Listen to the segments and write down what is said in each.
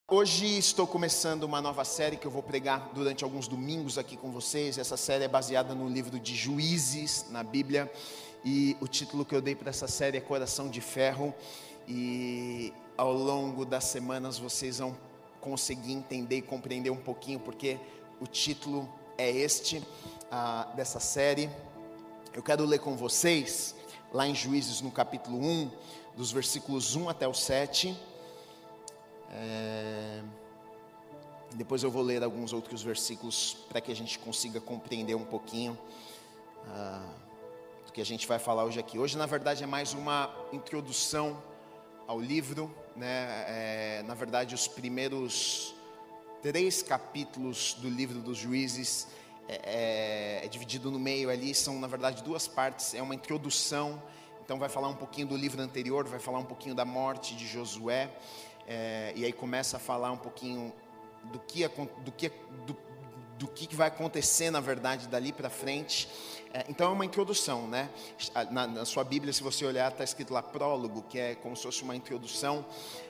Hoje estou começando uma nova série que eu vou pregar durante alguns domingos aqui com vocês. Essa série é baseada no livro de Juízes, na Bíblia. E o título que eu dei para essa série é Coração de Ferro. E ao longo das semanas vocês vão conseguir entender e compreender um pouquinho porque o título é este, dessa série. Eu quero ler com vocês, lá em Juízes no capítulo 1, dos versículos 1 até o 7. Depois eu vou ler alguns outros versículos para que a gente consiga compreender um pouquinho do que a gente vai falar hoje aqui. Hoje, na verdade, é mais uma introdução ao livro, né? Na verdade, os primeiros 3 capítulos do livro dos Juízes é dividido no meio ali, são na verdade 2 partes, é uma introdução. Então vai falar um pouquinho do livro anterior, vai falar um pouquinho da morte de Josué. E aí começa a falar um pouquinho do que vai acontecer, na verdade, dali para frente. Então é uma introdução, né? Na sua Bíblia, se você olhar, está escrito lá prólogo, que é como se fosse uma introdução.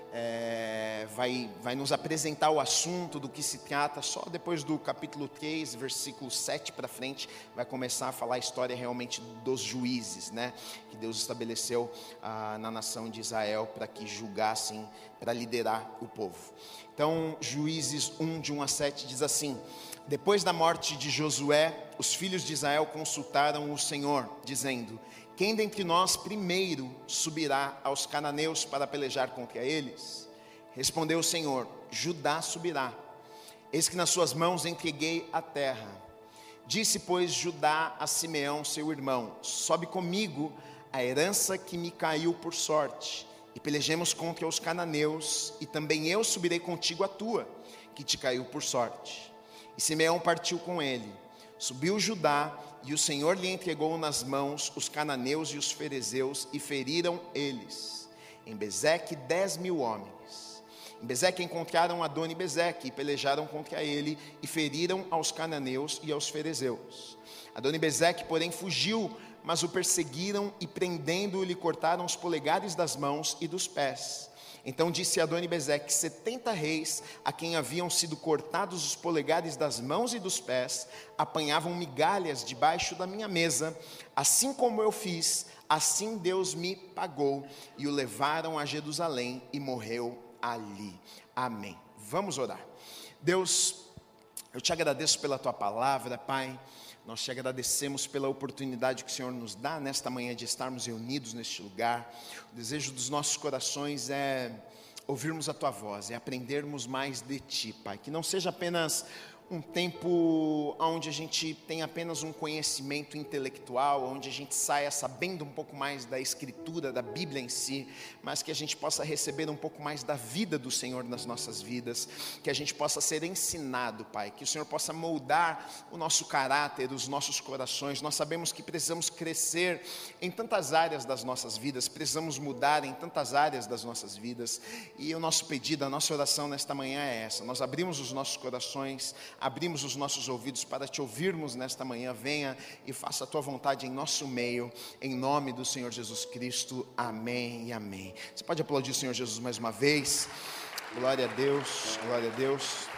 Vai nos apresentar o assunto, do que se trata. Só depois do capítulo 3, versículo 7 para frente, vai começar a falar a história realmente dos juízes, né? Que Deus estabeleceu na nação de Israel para que julgassem, para liderar o povo. Então, Juízes 1, de 1 a 7 diz assim: depois da morte de Josué, os filhos de Israel consultaram o Senhor, dizendo: quem dentre nós primeiro subirá aos cananeus para pelejar contra eles? Respondeu o Senhor: Judá subirá. Eis que nas suas mãos entreguei a terra. Disse, pois, Judá a Simeão, seu irmão: sobe comigo a herança que me caiu por sorte, e pelejemos contra os cananeus, e também eu subirei contigo a tua, que te caiu por sorte. E Simeão partiu com ele. Subiu Judá, e o Senhor lhe entregou nas mãos os cananeus e os ferezeus, e feriram eles. Em Bezeque 10.000 homens. Em Bezeque encontraram Adoni-Bezeque, e pelejaram contra ele, e feriram aos cananeus e aos ferezeus. Adoni-Bezeque, porém, fugiu, mas o perseguiram, e prendendo-o, lhe cortaram os polegares das mãos e dos pés. Então disse Adoni-Bezeque: 70 reis, a quem haviam sido cortados os polegares das mãos e dos pés, apanhavam migalhas debaixo da minha mesa. Assim como eu fiz, assim Deus me pagou. E o levaram a Jerusalém, e morreu ali. Amém. Vamos orar. Deus, eu te agradeço pela tua palavra, Pai. Nós te agradecemos pela oportunidade que o Senhor nos dá nesta manhã de estarmos reunidos neste lugar. O desejo dos nossos corações é ouvirmos a tua voz, é aprendermos mais de ti, Pai. Que não seja apenas um tempo onde a gente tem apenas um conhecimento intelectual, onde a gente saia sabendo um pouco mais da Escritura, da Bíblia em si, mas que a gente possa receber um pouco mais da vida do Senhor nas nossas vidas, que a gente possa ser ensinado, Pai, que o Senhor possa moldar o nosso caráter, os nossos corações. Nós sabemos que precisamos crescer em tantas áreas das nossas vidas, precisamos mudar em tantas áreas das nossas vidas, e o nosso pedido, a nossa oração nesta manhã é essa: nós abrimos os nossos corações, abrimos os nossos ouvidos para te ouvirmos nesta manhã. Venha e faça a tua vontade em nosso meio, em nome do Senhor Jesus Cristo, amém e amém. Você pode aplaudir o Senhor Jesus mais uma vez? Glória a Deus, glória a Deus,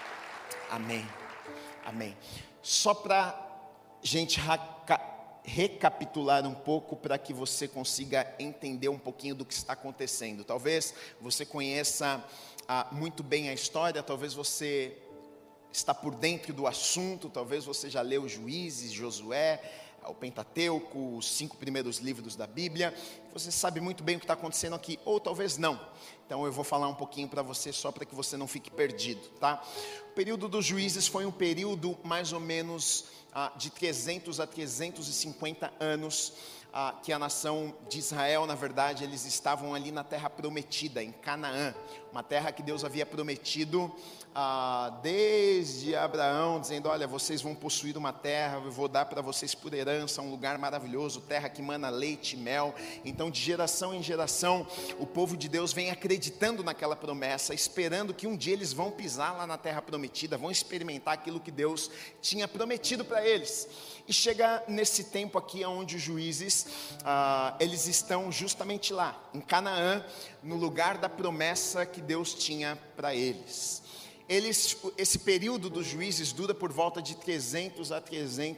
amém, amém. Só para gente recapitular um pouco, para que você consiga entender um pouquinho do que está acontecendo. Talvez você conheça muito bem a história, talvez você está por dentro do assunto, talvez você já leu Juízes, Josué, o Pentateuco, os 5 primeiros livros da Bíblia. Você sabe muito bem o que está acontecendo aqui, ou talvez não. Então eu vou falar um pouquinho para você, só para que você não fique perdido, tá? O período dos Juízes foi um período mais ou menos de 300 a 350 anos, que a nação de Israel, na verdade, eles estavam ali na terra prometida, em Canaã, uma terra que Deus havia prometido desde Abraão, dizendo: olha, vocês vão possuir uma terra, eu vou dar para vocês por herança um lugar maravilhoso, terra que mana leite e mel. Então, de geração em geração, o povo de Deus vem acreditando naquela promessa, esperando que um dia eles vão pisar lá na terra prometida, vão experimentar aquilo que Deus tinha prometido para eles. E chega nesse tempo aqui onde os juízes eles estão justamente lá, em Canaã, no lugar da promessa que Deus tinha para eles. Esse período dos juízes dura por volta de 300 a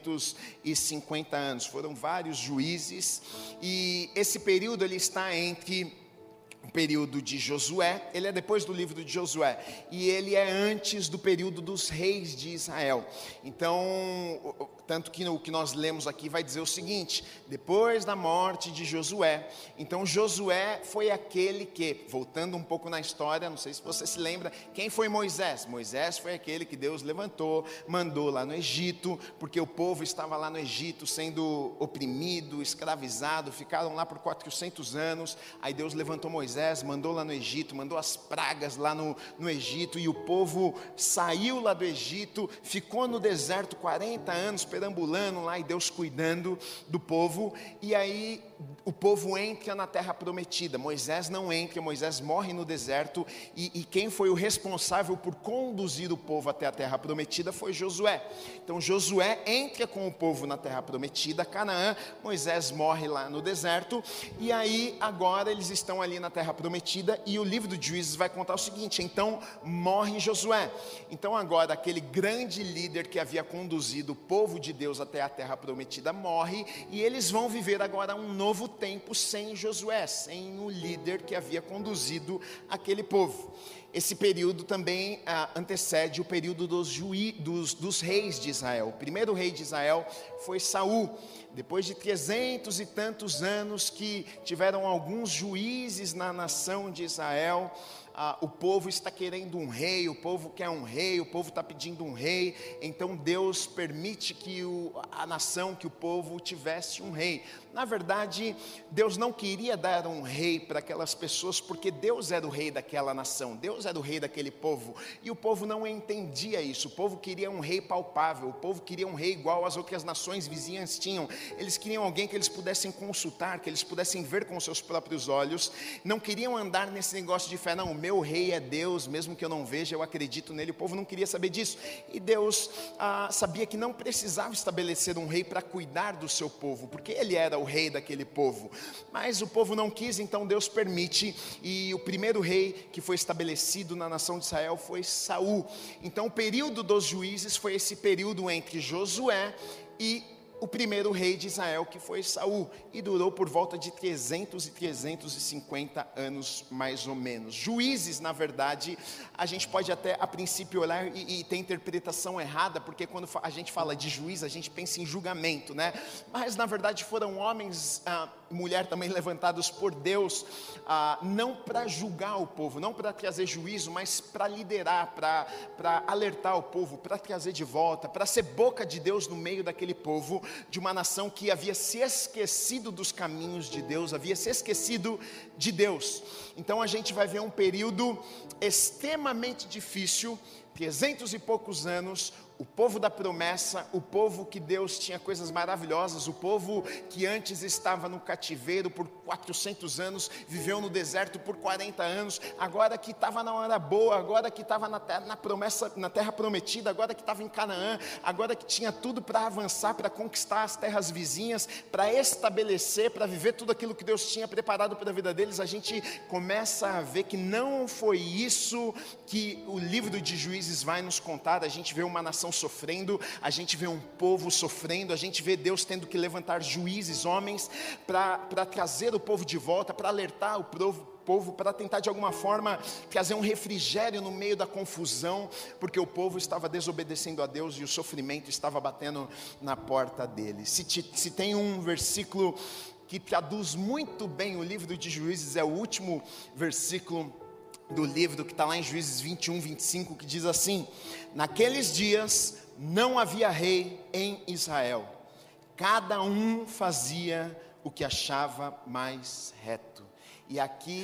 350 anos. Foram vários juízes, e esse período ele está entre o período de Josué, ele é depois do livro de Josué, e ele é antes do período dos reis de Israel. Então, tanto que o que nós lemos aqui vai dizer o seguinte: depois da morte de Josué, então Josué foi aquele que, voltando um pouco na história, não sei se você se lembra, quem foi Moisés? Moisés foi aquele que Deus levantou, mandou lá no Egito, porque o povo estava lá no Egito sendo oprimido, escravizado, ficaram lá por 400 anos, aí Deus levantou Moisés, mandou lá no Egito, mandou as pragas lá no Egito, e o povo saiu lá do Egito, ficou no deserto 40 anos, perambulando lá, e Deus cuidando do povo, e aí o povo entra na terra prometida. Moisés não entra, Moisés morre no deserto, e quem foi o responsável por conduzir o povo até a terra prometida foi Josué. Então Josué entra com o povo na terra prometida, Canaã. Moisés morre lá no deserto, e aí agora eles estão ali na terra prometida, e o livro de Juízes vai contar o seguinte: então morre Josué. Então agora aquele grande líder que havia conduzido o povo de Deus até a terra prometida morre, e eles vão viver agora um novo tempo sem Josué, sem o líder que havia conduzido aquele povo. Esse período também antecede o período dos reis de Israel. O primeiro rei de Israel foi Saul. Depois de 300 e tantos anos que tiveram alguns juízes na nação de Israel, o povo está querendo um rei, o povo quer um rei, o povo está pedindo um rei. Então Deus permite que a nação, que o povo tivesse um rei. Na verdade, Deus não queria dar um rei para aquelas pessoas, porque Deus era o rei daquela nação, Deus era o rei daquele povo, e o povo não entendia isso. O povo queria um rei palpável, o povo queria um rei igual as outras nações vizinhas tinham. Eles queriam alguém que eles pudessem consultar, que eles pudessem ver com seus próprios olhos. Não queriam andar nesse negócio de fé, não, o meu rei é Deus, mesmo que eu não veja, eu acredito nele. O povo não queria saber disso, e Deus sabia que não precisava estabelecer um rei para cuidar do seu povo, porque ele era o rei daquele povo. Mas o povo não quis, então Deus permite, e o primeiro rei que foi estabelecido na nação de Israel foi Saul. Então o período dos juízes foi esse período entre Josué e o primeiro rei de Israel, que foi Saul, e durou por volta de 300 e 350 anos mais ou menos. Juízes, na verdade, a gente pode até a princípio olhar e ter interpretação errada, porque quando a gente fala de juiz, a gente pensa em julgamento, né? Mas na verdade foram homens, mulher também levantados por Deus, não para julgar o povo, não para trazer juízo, mas para liderar, para alertar o povo, para trazer de volta, para ser boca de Deus no meio daquele povo, de uma nação que havia se esquecido dos caminhos de Deus, havia se esquecido de Deus. Então a gente vai ver um período extremamente difícil, 300 e poucos anos, o povo da promessa, o povo que Deus tinha coisas maravilhosas, o povo que antes estava no cativeiro por 400 anos, viveu no deserto por 40 anos, agora que estava na hora boa, agora que estava na promessa, na terra prometida, agora que estava em Canaã, agora que tinha tudo para avançar, para conquistar as terras vizinhas, para estabelecer, para viver tudo aquilo que Deus tinha preparado para a vida deles. A gente começa a ver que não foi isso que o livro de Juízes vai nos contar. A gente vê uma nação sofrendo, a gente vê um povo sofrendo, a gente vê Deus tendo que levantar juízes, homens, para trazer o povo de volta, para alertar o povo, para tentar de alguma forma trazer um refrigério no meio da confusão, porque o povo estava desobedecendo a Deus e o sofrimento estava batendo na porta dele. Se tem um versículo que traduz muito bem o livro de Juízes, é o último versículo do livro, que está lá em Juízes 21, 25, que diz assim: naqueles dias não havia rei em Israel, cada um fazia o que achava mais reto. E aqui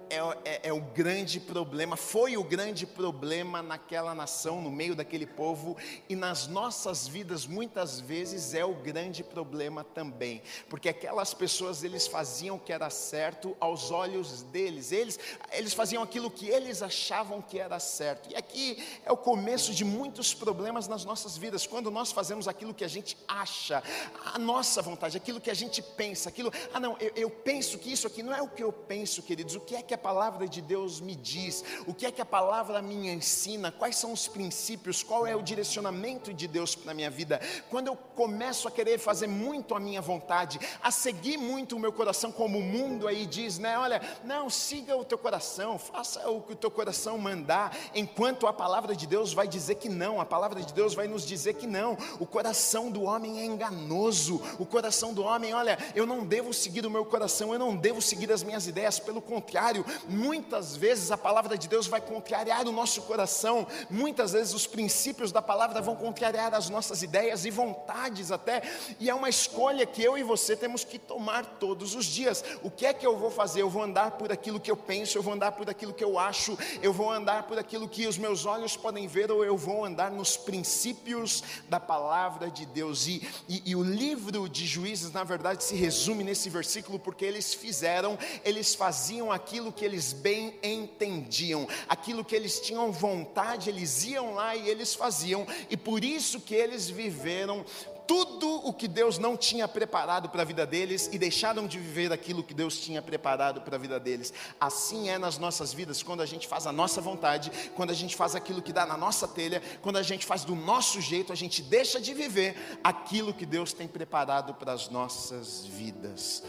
é o grande problema, foi o grande problema naquela nação, no meio daquele povo, e nas nossas vidas muitas vezes é o grande problema também, porque aquelas pessoas, eles faziam o que era certo aos olhos deles, eles faziam aquilo que eles achavam que era certo, e aqui é o começo de muitos problemas nas nossas vidas, quando nós fazemos aquilo que a gente acha, a nossa vontade, aquilo que a gente pensa, eu penso que isso aqui não é o que eu penso, queridos, o que é que a palavra de Deus me diz, o que é que a palavra me ensina, quais são os princípios, qual é o direcionamento de Deus para a minha vida. Quando eu começo a querer fazer muito a minha vontade, a seguir muito o meu coração, como o mundo aí diz, né? Olha, não, siga o teu coração, faça o que o teu coração mandar, enquanto a palavra de Deus vai dizer que não, a palavra de Deus vai nos dizer que não. O coração do homem é enganoso, o coração do homem, olha, eu não devo seguir o meu coração, eu não devo seguir as minhas ideias, pelo contrário, muitas vezes a palavra de Deus vai contrariar o nosso coração, muitas vezes os princípios da palavra vão contrariar as nossas ideias e vontades até, e é uma escolha que eu e você temos que tomar todos os dias. O que é que eu vou fazer? Eu vou andar por aquilo que eu penso, eu vou andar por aquilo que eu acho, eu vou andar por aquilo que os meus olhos podem ver, ou eu vou andar nos princípios da palavra de Deus, e o livro de Juízes, na verdade, se resume nesse versículo, porque eles faziam aquilo que eles bem entendiam, aquilo que eles tinham vontade, eles iam lá e eles faziam, e por isso que eles viveram tudo o que Deus não tinha preparado para a vida deles, e deixaram de viver aquilo que Deus tinha preparado para a vida deles. Assim é nas nossas vidas, quando a gente faz a nossa vontade, quando a gente faz aquilo que dá na nossa telha, quando a gente faz do nosso jeito, a gente deixa de viver aquilo que Deus tem preparado para as nossas vidas.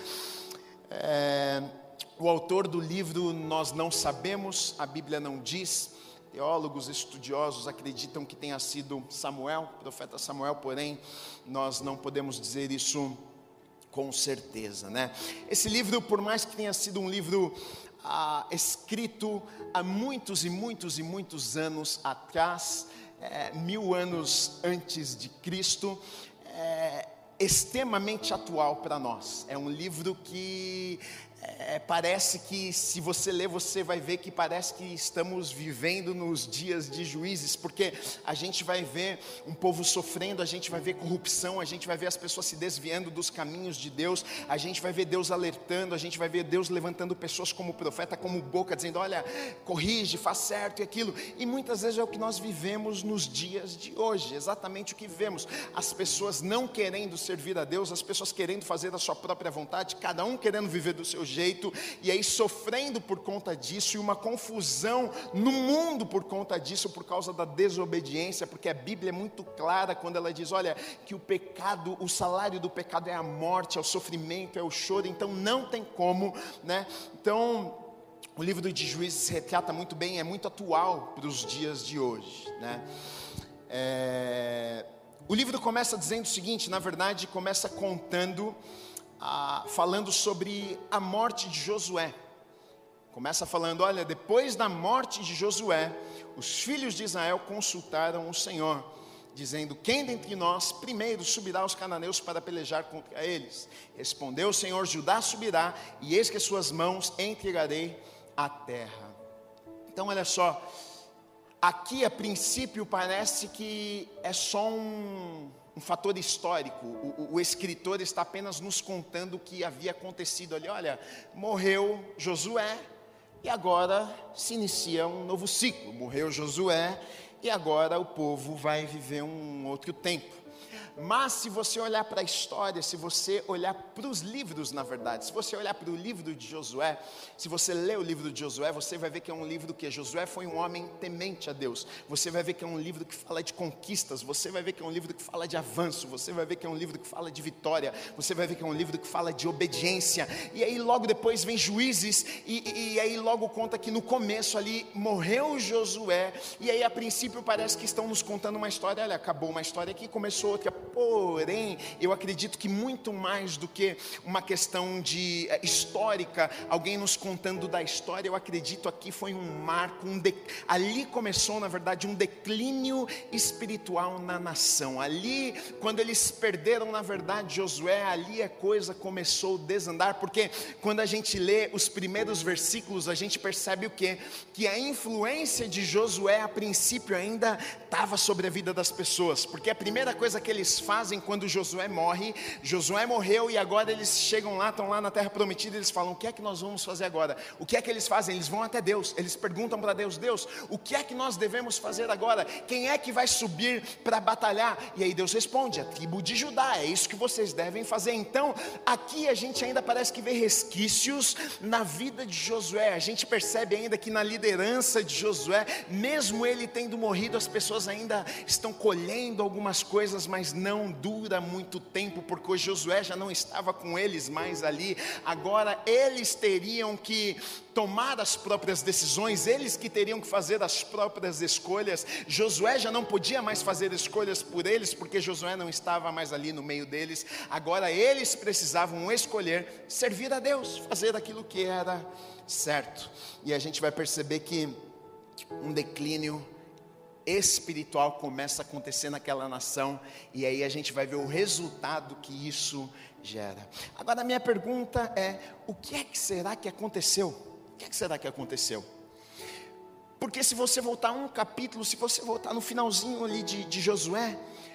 O autor do livro nós não sabemos, a Bíblia não diz. Teólogos estudiosos acreditam que tenha sido Samuel, o profeta Samuel, porém nós não podemos dizer isso com certeza, né? Esse livro, por mais que tenha sido um livro escrito há muitos e muitos e muitos anos atrás, 1000 anos antes de Cristo, extremamente atual para nós. É um livro que parece que, se você ler, você vai ver que parece que estamos vivendo nos dias de Juízes, porque a gente vai ver um povo sofrendo, a gente vai ver corrupção, a gente vai ver as pessoas se desviando dos caminhos de Deus, a gente vai ver Deus alertando, a gente vai ver Deus levantando pessoas como profeta, como boca, dizendo, olha, corrige, faz certo e aquilo, e muitas vezes é o que nós vivemos nos dias de hoje, exatamente o que vivemos, as pessoas não querendo servir a Deus, as pessoas querendo fazer a sua própria vontade, cada um querendo viver do seu jeito, e aí sofrendo por conta disso, e uma confusão no mundo por conta disso, por causa da desobediência, porque a Bíblia é muito clara quando ela diz, olha, que o pecado, o salário do pecado é a morte, é o sofrimento, é o choro, então não tem como, né? Então, o livro de Juízes retrata muito bem, é muito atual para os dias de hoje, né? O livro começa dizendo o seguinte, na verdade, começa contando, falando sobre a morte de Josué. Começa falando, olha, depois da morte de Josué, os filhos de Israel consultaram o Senhor, dizendo, quem dentre nós primeiro subirá aos cananeus para pelejar contra eles? Respondeu o Senhor, Judá subirá, e eis que as suas mãos entregarei à terra. Então olha só, aqui a princípio parece que é só um fator histórico, o escritor está apenas nos contando o que havia acontecido ali, olha, morreu Josué, e agora se inicia um novo ciclo, morreu Josué, e agora o povo vai viver um outro tempo. Mas se você olhar para a história, se você olhar para os livros, na verdade, se você olhar para o livro de Josué, se você ler o livro de Josué, você vai ver que é um livro que Josué foi um homem temente a Deus, você vai ver que é um livro que fala de conquistas, você vai ver que é um livro que fala de avanço, você vai ver que é um livro que fala de vitória, você vai ver que é um livro que fala de obediência, e aí logo depois vem Juízes, e aí logo conta que no começo ali morreu Josué, e aí a princípio parece que estão nos contando uma história, olha, acabou uma história aqui, começou outra. Porém, eu acredito que muito mais do que uma questão de histórica, alguém nos contando da história, eu acredito aqui foi um marco, ali começou na verdade um declínio espiritual na nação. Ali, quando eles perderam na verdade Josué, ali a coisa começou a desandar, porque quando a gente lê os primeiros versículos, a gente percebe o quê? Que a influência de Josué a princípio ainda estava sobre a vida das pessoas, porque a primeira coisa que eles fazem quando Josué morre, Josué morreu e agora eles chegam lá, estão lá na terra prometida, eles falam: o que é que nós vamos fazer agora? O que é que eles fazem? Eles vão até Deus, eles perguntam para Deus: Deus, o que é que nós devemos fazer agora? Quem é que vai subir para batalhar? E aí Deus responde: a tribo de Judá, é isso que vocês devem fazer. Então, aqui a gente ainda parece que vê resquícios na vida de Josué, a gente percebe ainda que na liderança de Josué, mesmo ele tendo morrido, as pessoas ainda estão colhendo algumas coisas, mas não dura muito tempo, porque Josué já não estava com eles mais ali. Agora eles teriam que tomar as próprias decisões, eles que teriam que fazer as próprias escolhas. Josué já não podia mais fazer escolhas por eles, porque Josué não estava mais ali no meio deles. Agora eles precisavam escolher servir a Deus, fazer aquilo que era certo. E a gente vai perceber que um declínio espiritual começa a acontecer naquela nação, e aí a gente vai ver o resultado que isso gera. Agora a minha pergunta é: o que é que será que aconteceu? O que é que será que aconteceu? Porque se você voltar um capítulo, se você voltar no finalzinho ali de Josué,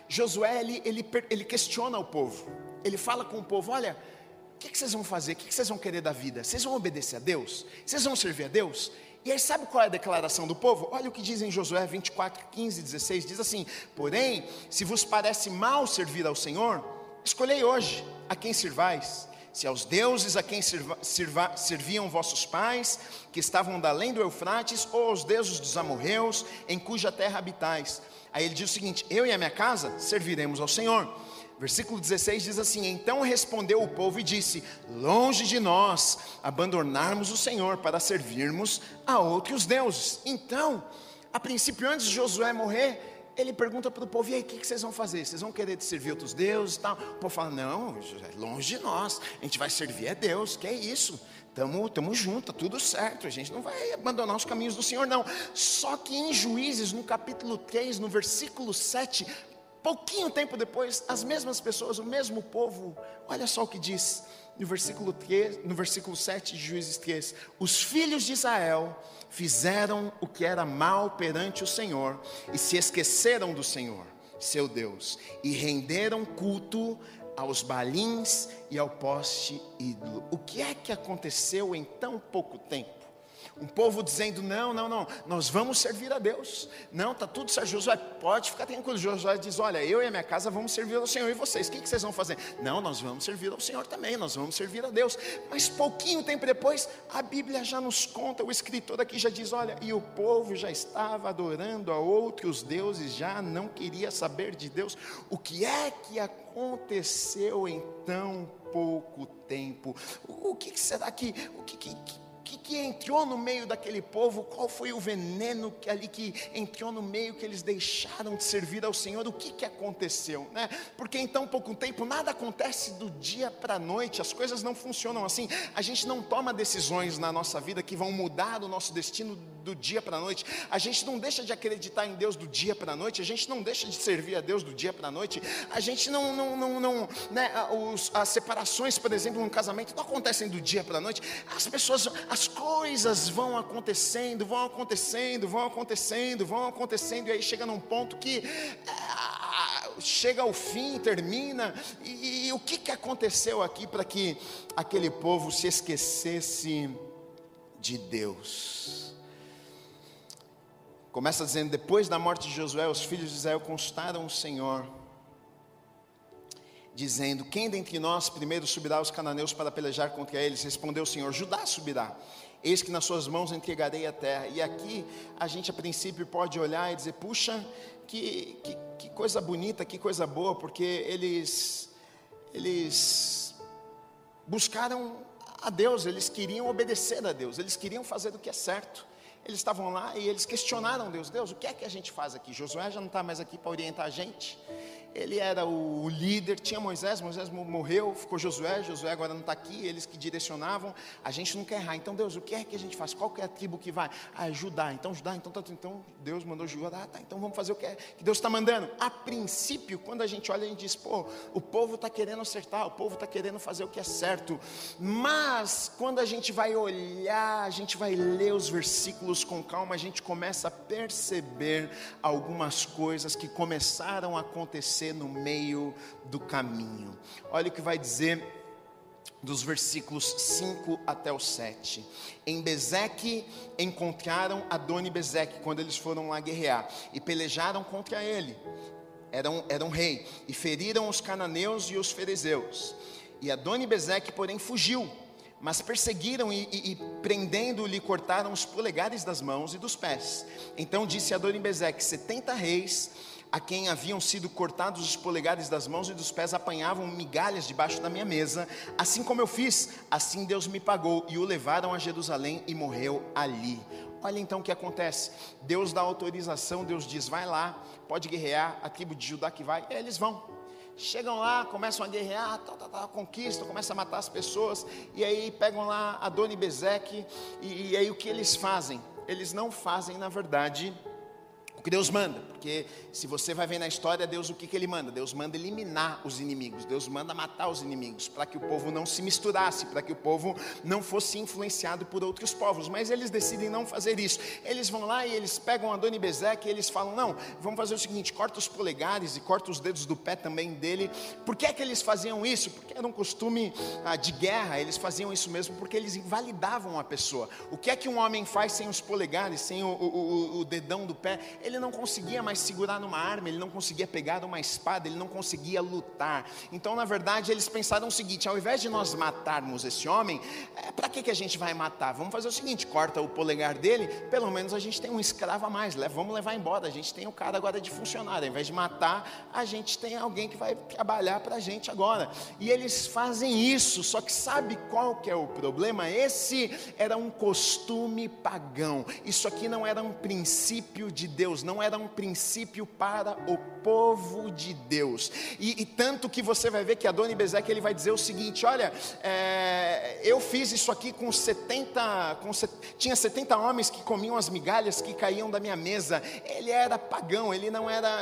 ele questiona o povo, ele fala com o povo: olha, o que vocês vão fazer? O que vocês vão querer da vida? Vocês vão obedecer a Deus? Vocês vão servir a Deus? E aí sabe qual é a declaração do povo? Olha o que diz em Josué 24, 15 e 16, diz assim: porém, se vos parece mal servir ao Senhor, escolhei hoje a quem sirvais, se aos deuses a quem serviam vossos pais, que estavam da além do Eufrates, ou aos deuses dos amorreus, em cuja terra habitais. Aí ele diz o seguinte: eu e a minha casa serviremos ao Senhor. Versículo 16 diz assim: então respondeu o povo e disse: longe de nós abandonarmos o Senhor para servirmos a outros deuses. Então, a princípio, antes de Josué morrer, ele pergunta para o povo: e aí, o que vocês vão fazer? Vocês vão querer servir outros deuses e tal? O povo fala: não, longe de nós, a gente vai servir a Deus. Que é isso? Estamos juntos, está tudo certo, a gente não vai abandonar os caminhos do Senhor, não. Só que em Juízes, no capítulo 3, no versículo 7, pouquinho tempo depois, as mesmas pessoas, o mesmo povo, olha só o que diz no versículo 7 de Juízes 3: os filhos de Israel fizeram o que era mal perante o Senhor, e se esqueceram do Senhor, seu Deus, e renderam culto aos balins e ao poste ídolo. O que é que aconteceu em tão pouco tempo? Um povo dizendo: não, nós vamos servir a Deus. Não, está tudo certo, Josué, pode ficar tranquilo. Josué diz: olha, eu e a minha casa vamos servir ao Senhor. E vocês, o que vocês vão fazer? Não, nós vamos servir ao Senhor também, nós vamos servir a Deus. Mas pouquinho tempo depois, a Bíblia já nos conta, o escritor aqui já diz: olha, e o povo já estava adorando a outros deuses, já não queria saber de Deus. O que é que aconteceu em tão pouco tempo? O que será que entrou no meio daquele povo? Qual foi o veneno que entrou no meio, que eles deixaram de servir ao Senhor? O que aconteceu, né? Porque em tão pouco tempo, nada acontece do dia para a noite, as coisas não funcionam assim. A gente não toma decisões na nossa vida que vão mudar o nosso destino do dia para a noite. A gente não deixa de acreditar em Deus do dia para a noite, a gente não deixa de servir a Deus do dia para a noite. A gente não né? As separações, por exemplo, num casamento, não acontecem do dia para a noite. As coisas vão acontecendo, e aí chega num ponto que chega ao fim, termina. E o que aconteceu aqui para que aquele povo se esquecesse de Deus? Começa dizendo: depois da morte de Josué, os filhos de Israel consultaram o Senhor, dizendo: quem dentre nós primeiro subirá aos cananeus para pelejar contra eles? Respondeu o Senhor: Judá subirá, eis que nas suas mãos entregarei a terra. E aqui a gente a princípio pode olhar e dizer: puxa, que coisa bonita, que coisa boa, porque eles buscaram a Deus, eles queriam obedecer a Deus, eles queriam fazer o que é certo. Eles estavam lá e eles questionaram Deus: Deus, o que é que a gente faz aqui? Josué já não está mais aqui para orientar a gente. ele era o líder. Tinha Moisés morreu, ficou Josué agora não está aqui, eles que direcionavam. A gente não quer errar, então Deus, o que é que a gente faz? Qual que é a tribo que vai? É Judá, então Deus mandou Judá, então vamos fazer o que Deus está mandando. A princípio, quando a gente olha, a gente diz, o povo está querendo acertar, o povo está querendo fazer o que é certo. Mas quando a gente vai olhar, a gente vai ler os versículos com calma, a gente começa a perceber algumas coisas que começaram a acontecer no meio do caminho. Olha o que vai dizer dos versículos 5 até o 7. Em Bezeque encontraram Adoni-Bezeque, quando eles foram lá guerrear, e pelejaram contra ele. Era um rei, e feriram os cananeus e os ferezeus. E Adoni-Bezeque, porém, fugiu, mas perseguiram e prendendo-lhe, cortaram os polegares das mãos e dos pés. Então disse Adoni-Bezeque: 70 reis, a quem haviam sido cortados os polegares das mãos e dos pés, apanhavam migalhas debaixo da minha mesa. Assim como eu fiz, assim Deus me pagou. E o levaram a Jerusalém e morreu ali. Olha então o que acontece. Deus dá autorização, Deus diz, vai lá, pode guerrear, a tribo de Judá que vai. E eles vão. Chegam lá, começam a guerrear, conquistam, começam a matar as pessoas. E aí pegam lá Adoni-Bezeque. E aí o que eles fazem? Eles não fazem, na verdade, o que Deus manda. Porque se você vai ver na história, Deus, o que ele manda? Deus manda eliminar os inimigos, Deus manda matar os inimigos, para que o povo não se misturasse, para que o povo não fosse influenciado por outros povos. Mas eles decidem não fazer isso. Eles vão lá e eles pegam Adoni-Bezeque e eles falam, não, vamos fazer o seguinte, corta os polegares e corta os dedos do pé também dele. Por que é que eles faziam isso? Porque era um costume de guerra. Eles faziam isso mesmo porque eles invalidavam a pessoa. O que é que um homem faz sem os polegares, sem o dedão do pé? Ele não conseguia mais segurar numa arma, ele não conseguia pegar uma espada, ele não conseguia lutar. Então, na verdade, eles pensaram o seguinte: ao invés de nós matarmos esse homem, para que a gente vai matar? Vamos fazer o seguinte, corta o polegar dele, pelo menos a gente tem um escravo a mais, vamos levar embora, a gente tem o cara agora de funcionário, ao invés de matar, a gente tem alguém que vai trabalhar para a gente agora. E eles fazem isso, só que sabe qual que é o problema? Esse era um costume pagão, isso aqui não era um princípio de Deus, não era um princípio para o povo de Deus. E tanto que você vai ver que Adoni-Bezeque, ele vai dizer o seguinte: olha, eu fiz isso aqui com 70, tinha 70 homens que comiam as migalhas que caíam da minha mesa. Ele era pagão, ele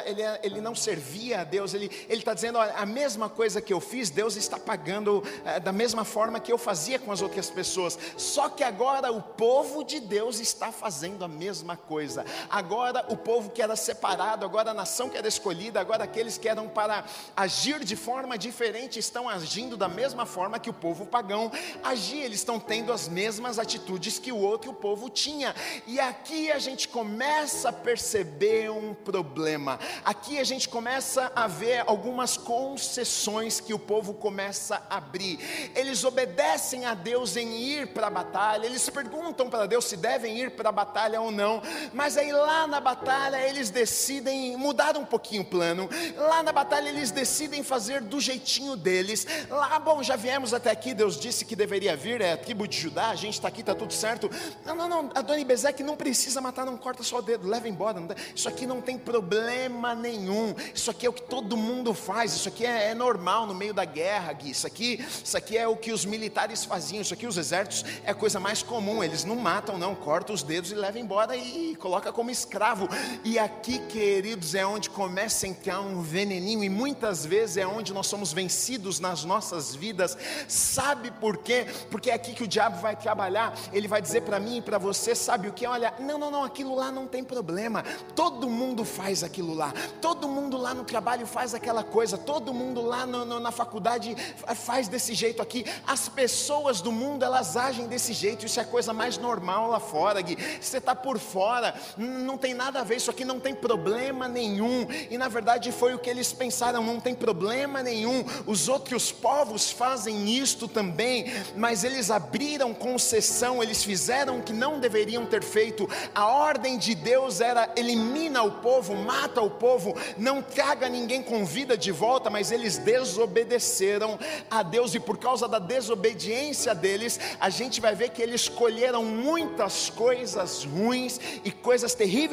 não servia a Deus. Ele está dizendo, olha, a mesma coisa que eu fiz, Deus está pagando da mesma forma que eu fazia com as outras pessoas. Só que agora o povo de Deus está fazendo a mesma coisa. Agora o povo que era separado, agora a nação que era escolhida, agora aqueles que eram para agir de forma diferente estão agindo da mesma forma que o povo pagão agia. Eles estão tendo as mesmas atitudes que o outro povo tinha. E aqui a gente começa a perceber um problema. Aqui a gente começa a ver algumas concessões que o povo começa a abrir. Eles obedecem a Deus em ir para a batalha, eles perguntam para Deus se devem ir para a batalha ou não, mas aí lá na batalha eles decidem mudar um pouquinho o plano. Lá na batalha eles decidem fazer do jeitinho deles. Lá, bom, já viemos até aqui, Deus disse que deveria vir, é a tribo de Judá, a gente está aqui, está tudo certo. Não, Adoni-Bezeque não precisa matar, não corta só o dedo, leva embora. Isso aqui não tem problema nenhum, isso aqui é o que todo mundo faz, isso aqui é normal no meio da guerra, Gui. Isso aqui é o que os militares faziam, isso aqui os exércitos é a coisa mais comum, eles não matam não, corta os dedos e leva embora e coloca como escravo. E aqui, queridos, é onde começa a entrar um veneninho, e muitas vezes é onde nós somos vencidos nas nossas vidas. Sabe por quê? Porque é aqui que o diabo vai trabalhar. Ele vai dizer para mim e para você, sabe o que? Olha, não, aquilo lá não tem problema, todo mundo faz aquilo lá, todo mundo lá no trabalho faz aquela coisa, todo mundo lá na faculdade faz desse jeito aqui, as pessoas do mundo, elas agem desse jeito, isso é a coisa mais normal lá fora, Gui. Você está por fora, não tem nada a ver, isso aqui não tem problema nenhum. E na verdade foi o que eles pensaram, não tem problema nenhum, os outros povos fazem isto também, mas eles abriram concessão, eles fizeram o que não deveriam ter feito. A ordem de Deus era: elimina o povo, mata o povo, não traga ninguém com vida de volta. Mas eles desobedeceram a Deus, e por causa da desobediência deles, a gente vai ver que eles colheram muitas coisas ruins, e coisas terríveis começaram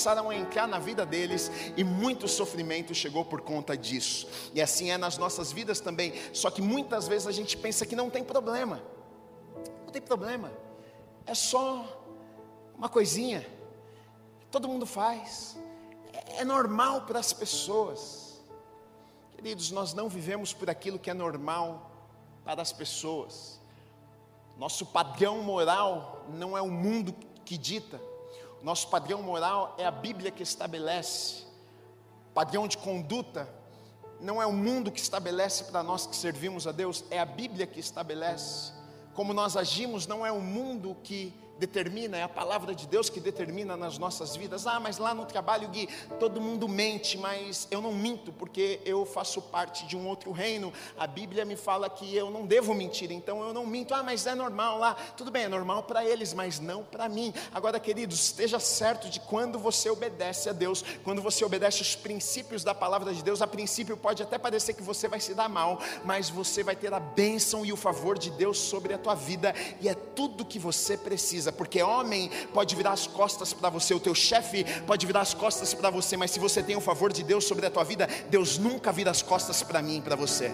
começaram a entrar na vida deles, e muito sofrimento chegou por conta disso. E assim é nas nossas vidas também, só que muitas vezes a gente pensa que não tem problema. Não tem problema, é só uma coisinha, todo mundo faz, é normal para as pessoas. Queridos, nós não vivemos por aquilo que é normal para as pessoas. Nosso padrão moral não é o mundo que dita. Nosso padrão moral é a Bíblia que estabelece. Padrão de conduta não é o mundo que estabelece para nós que servimos a Deus, é a Bíblia que estabelece. Como nós agimos não é o mundo que determina, é a palavra de Deus que determina nas nossas vidas. Mas lá no trabalho, Gui, todo mundo mente, mas eu não minto, porque eu faço parte de um outro reino. A Bíblia me fala que eu não devo mentir, então eu não minto. Mas é normal lá, tudo bem, é normal para eles, mas não para mim. Agora, queridos, esteja certo de quando você obedece a Deus, quando você obedece os princípios da palavra de Deus, a princípio pode até parecer que você vai se dar mal, mas você vai ter a bênção e o favor de Deus sobre a tua vida, e é tudo que você precisa. Porque homem pode virar as costas para você, o teu chefe pode virar as costas para você, mas se você tem o favor de Deus sobre a tua vida, Deus nunca vira as costas para mim e para você.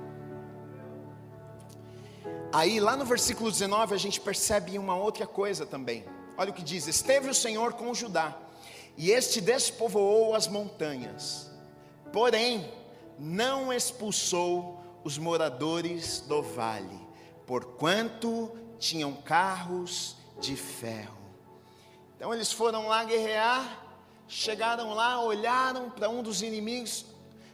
Aí lá no versículo 19 a gente percebe uma outra coisa também. Olha o que diz: esteve o Senhor com Judá, e este despovoou as montanhas, porém não expulsou os moradores do vale, porquanto tinham carros de ferro. Então eles foram lá guerrear, chegaram lá, olharam para um dos inimigos,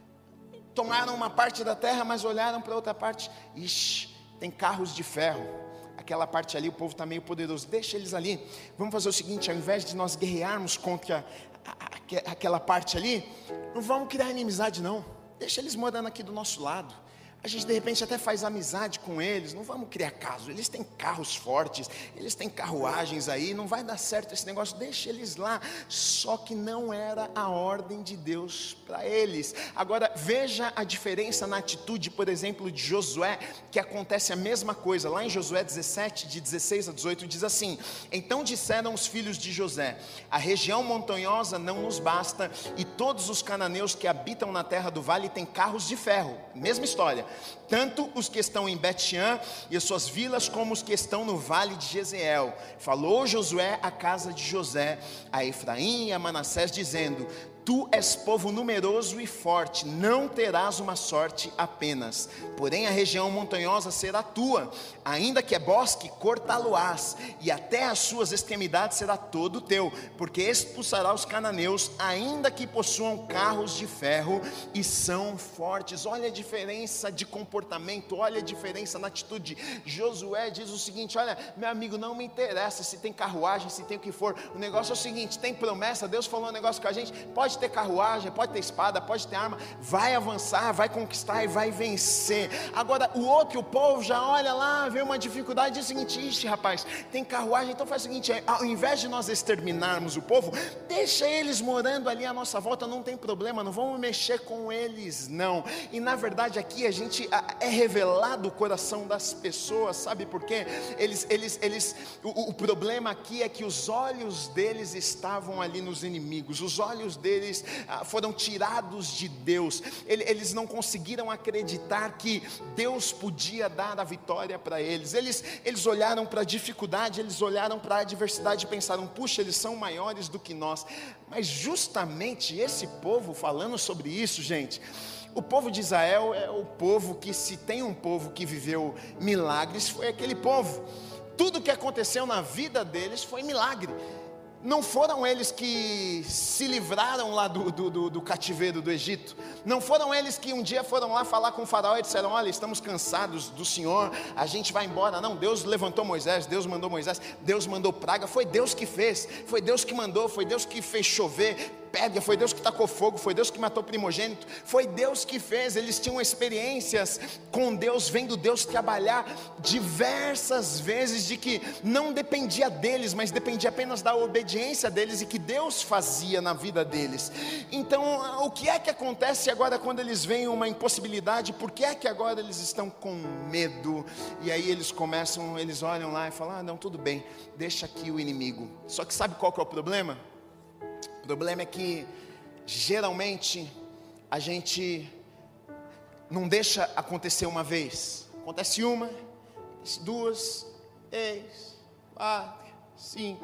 tomaram uma parte da terra, mas olharam para outra parte, ixi, tem carros de ferro, aquela parte ali o povo está meio poderoso, deixa eles ali, vamos fazer o seguinte, ao invés de nós guerrearmos contra aquela parte ali, não vamos criar inimizade não, deixa eles morando aqui do nosso lado. A gente de repente até faz amizade com eles, não vamos criar caso, eles têm carros fortes, eles têm carruagens aí, não vai dar certo esse negócio, deixa eles lá. Só que não era a ordem de Deus para eles. Agora veja a diferença na atitude, por exemplo, de Josué, que acontece a mesma coisa, lá em Josué 17, de 16 a 18, diz assim: então disseram os filhos de José, a região montanhosa não nos basta, e todos os cananeus que habitam na terra do vale têm carros de ferro, mesma história, tanto os que estão em Bet-Shean e as suas vilas, como os que estão no vale de Jezreel. Falou Josué à casa de José, a Efraim e a Manassés, dizendo: tu és povo numeroso e forte, não terás uma sorte apenas, porém a região montanhosa será tua, ainda que é bosque, cortá-lo-ás, e até as suas extremidades será todo teu, porque expulsará os cananeus, ainda que possuam carros de ferro e são fortes. Olha a diferença de comportamento, olha a diferença na atitude. Josué diz o seguinte: olha, meu amigo, não me interessa se tem carruagem, se tem o que for, o negócio é o seguinte, tem promessa, Deus falou um negócio com a gente, pode ter carruagem, pode ter espada, pode ter arma, vai avançar, vai conquistar e vai vencer. Agora o povo já olha lá, vê uma dificuldade e diz o seguinte: ixi, rapaz, tem carruagem, então faz o seguinte, ao invés de nós exterminarmos o povo, deixa eles morando ali à nossa volta, não tem problema, não vamos mexer com eles não. E na verdade aqui é revelado o coração das pessoas, sabe por quê? O problema aqui é que os olhos deles estavam ali nos inimigos, os olhos deles foram tirados de Deus, eles não conseguiram acreditar que Deus podia dar a vitória para eles. Eles olharam para a dificuldade, eles olharam para a adversidade e pensaram: puxa, eles são maiores do que nós. Mas justamente esse povo, falando sobre isso, gente, o povo de Israel é o povo que, se tem um povo que viveu milagres, foi aquele povo. Tudo que aconteceu na vida deles foi milagre. Não foram eles que se livraram lá do cativeiro do Egito. Não foram eles que um dia foram lá falar com o faraó e disseram: olha, estamos cansados do Senhor, a gente vai embora. Não, Deus levantou Moisés, Deus mandou Moisés, Deus mandou praga, foi Deus que fez, foi Deus que mandou, foi Deus que fez chover pedra, foi Deus que tacou fogo, foi Deus que matou o primogênito, foi Deus que fez. Eles tinham experiências com Deus, vendo Deus trabalhar diversas vezes, de que não dependia deles, mas dependia apenas da obediência deles, e que Deus fazia na vida deles. Então o que é que acontece agora quando eles veem uma impossibilidade? Por que é que agora eles estão com medo? E aí eles olham lá e falam: ah, não, tudo bem, deixa aqui o inimigo. Só que sabe qual que é o problema? O problema é que geralmente a gente não deixa acontecer uma vez. Acontece uma, duas, 3, 4, 5.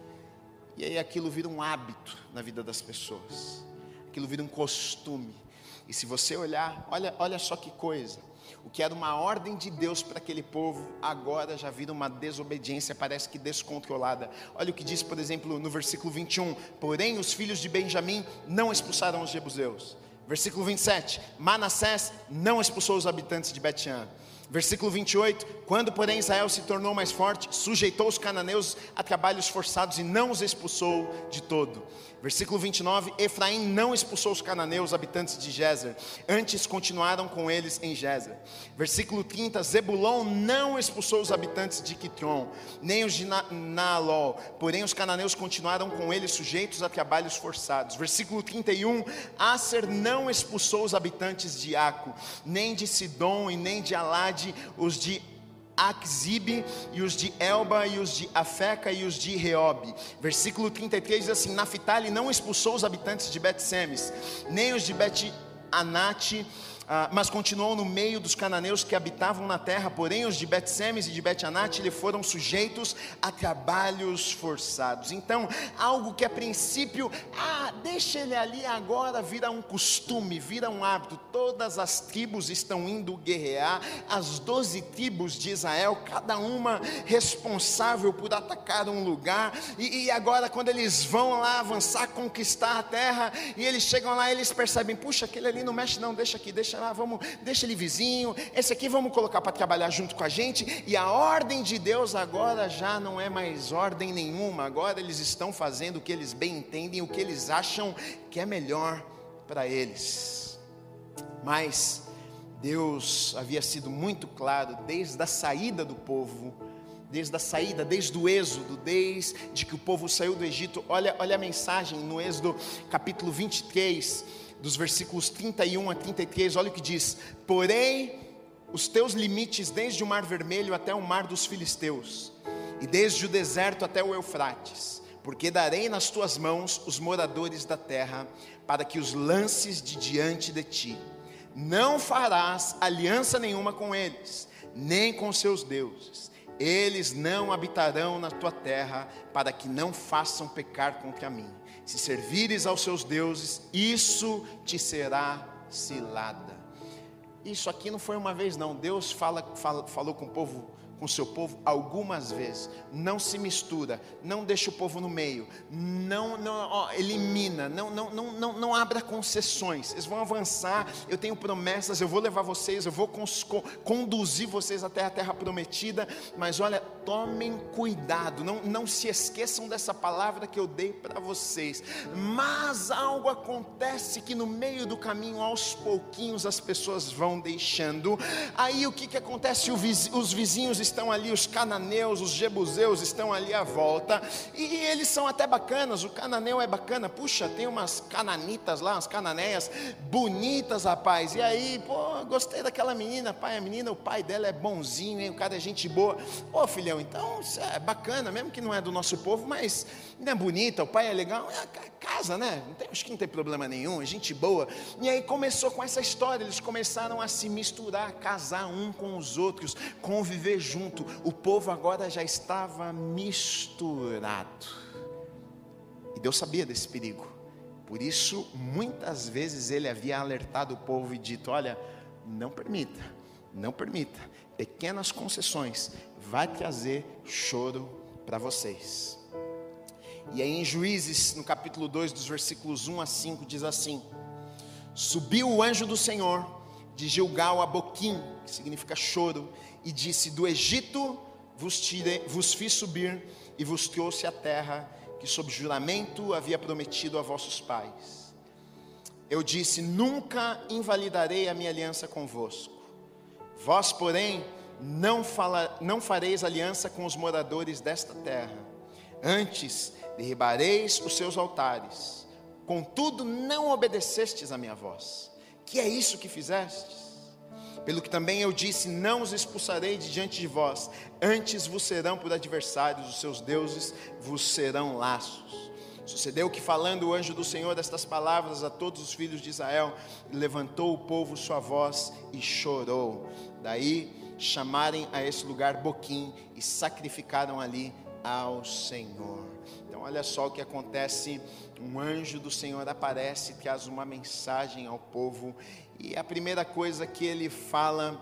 E aí aquilo vira um hábito na vida das pessoas. Aquilo vira um costume. E se você olhar, olha só que coisa. O que era uma ordem de Deus para aquele povo, agora já vira uma desobediência, parece que descontrolada. Olha o que diz, por exemplo, no versículo 21. Porém, os filhos de Benjamim não expulsaram os jebuseus. Versículo 27. Manassés não expulsou os habitantes de Bet-Shean. Versículo 28, quando porém Israel se tornou mais forte, sujeitou os cananeus a trabalhos forçados e não os expulsou de todo. Versículo 29, Efraim não expulsou os cananeus, habitantes de Gézer, antes continuaram com eles em Gézer. Versículo 30, Zebulon não expulsou os habitantes de Quitron, nem os de Naalol, porém os cananeus continuaram com eles sujeitos a trabalhos forçados. Versículo 31, Aser não expulsou os habitantes de Aco, nem de Sidom e nem de Alade, os de Aquzibe, e os de Elba, e os de Afeca, e os de Reob. Versículo 33 diz assim, Naphtali não expulsou os habitantes de Bet-Semes, nem os de Bet-Anate, mas continuou no meio dos cananeus que habitavam na terra, porém os de Bet-Semes e de Bet-Anate lhe foram sujeitos a trabalhos forçados. Então, algo que a princípio, deixa ele ali, agora vira um costume, vira um hábito. Todas as tribos estão indo guerrear, as 12 tribos de Israel, cada uma responsável por atacar um lugar, e agora quando eles vão lá avançar, conquistar a terra, e eles chegam lá, eles percebem, puxa, aquele ali não mexe não, deixa aqui, deixa lá, deixa ele vizinho, esse aqui vamos colocar para trabalhar junto com a gente. E a ordem de Deus agora já não é mais ordem nenhuma, agora eles estão fazendo o que eles bem entendem, o que eles acham que é melhor para eles. Mas Deus havia sido muito claro desde a saída do povo, desde o êxodo, desde que o povo saiu do Egito. Olha a mensagem no Êxodo capítulo 23, dos versículos 31 a 33, olha o que diz: porém, os teus limites desde o mar vermelho até o mar dos filisteus, e desde o deserto até o Eufrates, porque darei nas tuas mãos os moradores da terra, para que os lances de diante de ti. Não farás aliança nenhuma com eles, nem com seus deuses. Eles não habitarão na tua terra, para que não façam pecar contra mim. Se servires aos seus deuses, isso te será cilada. Isso aqui não foi uma vez não. Deus falou com o povo, com o seu povo algumas vezes. Não se mistura, não deixa o povo no meio, elimina, não abra concessões. Eles vão avançar, eu tenho promessas, eu vou levar vocês, eu vou conduzir vocês até a terra prometida, mas olha, tomem cuidado, não se esqueçam dessa palavra que eu dei para vocês. Mas algo acontece que no meio do caminho, aos pouquinhos, as pessoas vão deixando. Aí o que acontece? Os vizinhos estão ali, os cananeus, os jebuseus estão ali à volta, e eles são até bacanas. O cananeu é bacana, puxa, tem umas cananitas lá, umas cananeias bonitas, rapaz, e aí, gostei daquela menina, pai, a menina, o pai dela é bonzinho, hein? O cara é gente boa, filhão, então isso é bacana, mesmo que não é do nosso povo, mas ainda é bonita, o pai é legal, casa, né, acho que não tem problema nenhum, é gente boa. E aí começou com essa história, eles começaram a se misturar, casar um com os outros, conviver junto. O povo agora já estava misturado, e Deus sabia desse perigo. Por isso muitas vezes ele havia alertado o povo e dito: olha, não permita, pequenas concessões vai trazer choro para vocês. E aí em Juízes, no capítulo 2, dos versículos 1 a 5, diz assim: subiu o anjo do Senhor de Gilgal a Boquim, que significa choro, e disse: do Egito vos fiz subir e vos trouxe a terra que sob juramento havia prometido a vossos pais. Eu disse: nunca invalidarei a minha aliança convosco. Vós, porém, não fareis aliança com os moradores desta terra. Antes derribareis os seus altares. Contudo, não obedecestes a minha voz. Que é isso que fizestes? Pelo que também eu disse: não os expulsarei de diante de vós. Antes vos serão por adversários, os seus deuses vos serão laços. Sucedeu que, falando o anjo do Senhor estas palavras a todos os filhos de Israel, levantou o povo sua voz e chorou. Daí chamarem a esse lugar Boquim e sacrificaram ali ao Senhor. Então olha só o que acontece. Um anjo do Senhor aparece, traz uma mensagem ao povo, e a primeira coisa que ele fala,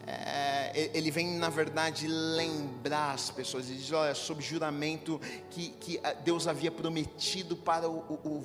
ele vem na verdade lembrar as pessoas. Ele diz: olha, sob juramento que Deus havia prometido para o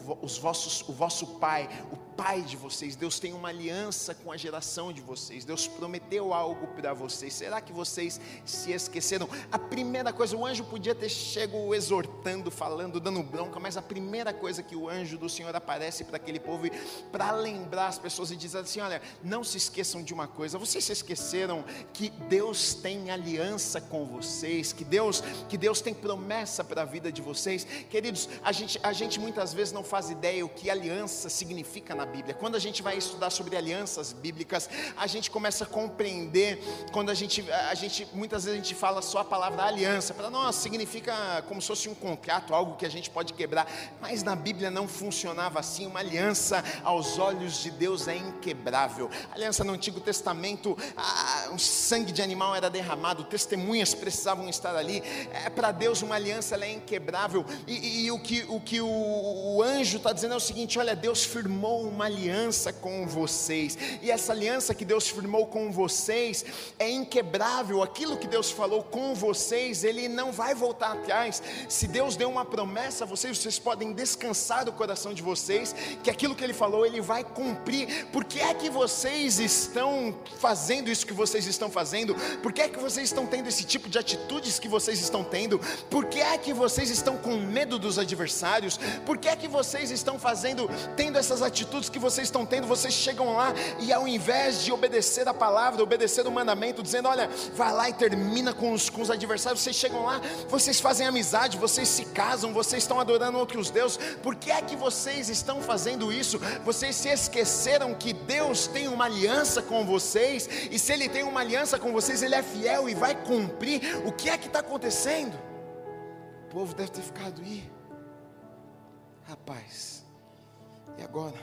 vosso pai, o pai de vocês. Deus tem uma aliança com a geração de vocês. Deus prometeu algo para vocês. Será que vocês se esqueceram? A primeira coisa, o anjo podia ter chego exortando, falando, dando bronca, mas a primeira coisa que o anjo do Senhor aparece para aquele povo, para lembrar as pessoas, e diz assim: olha, não se esqueçam de uma coisa. Vocês se esqueceram que Deus tem aliança com vocês, que Deus tem promessa para a vida de vocês? Queridos, a gente muitas vezes não faz ideia o que aliança significa na Bíblia. Quando a gente vai estudar sobre alianças bíblicas, a gente começa a compreender. Quando muitas vezes a gente fala só a palavra aliança, para nós significa como se fosse um contrato, algo que a gente pode quebrar, mas na Bíblia não funcionava assim. Uma aliança aos olhos de Deus é inquebrável. A aliança no Antigo Testamento, o sangue de animal era derramado, testemunhas precisavam estar ali. Para Deus uma aliança, ela é inquebrável. E o que o anjo está dizendo é o seguinte: olha, Deus firmou uma aliança com vocês, e essa aliança que Deus firmou com vocês é inquebrável. Aquilo que Deus falou com vocês, Ele não vai voltar atrás. Se Deus deu uma promessa a vocês podem descansar do coração de vocês, que aquilo que Ele falou, Ele vai cumprir. Por que é que vocês estão fazendo isso que vocês estão fazendo? Por que é que vocês estão tendo esse tipo de atitudes que vocês estão tendo? Por que é que vocês estão com medo dos adversários? Por que é que vocês estão tendo essas atitudes que vocês estão tendo? Vocês chegam lá e, ao invés de obedecer a palavra, obedecer o mandamento, dizendo: olha, vai lá e termina com os adversários, vocês chegam lá, vocês fazem amizade, vocês se casam, vocês estão adorando outros deuses. Por que é que vocês estão fazendo isso? Vocês se esqueceram que Deus tem uma aliança com vocês, e se Ele tem uma aliança com vocês, Ele é fiel e vai cumprir. O que é que está acontecendo? O povo deve ter ficado: ih, rapaz, e agora?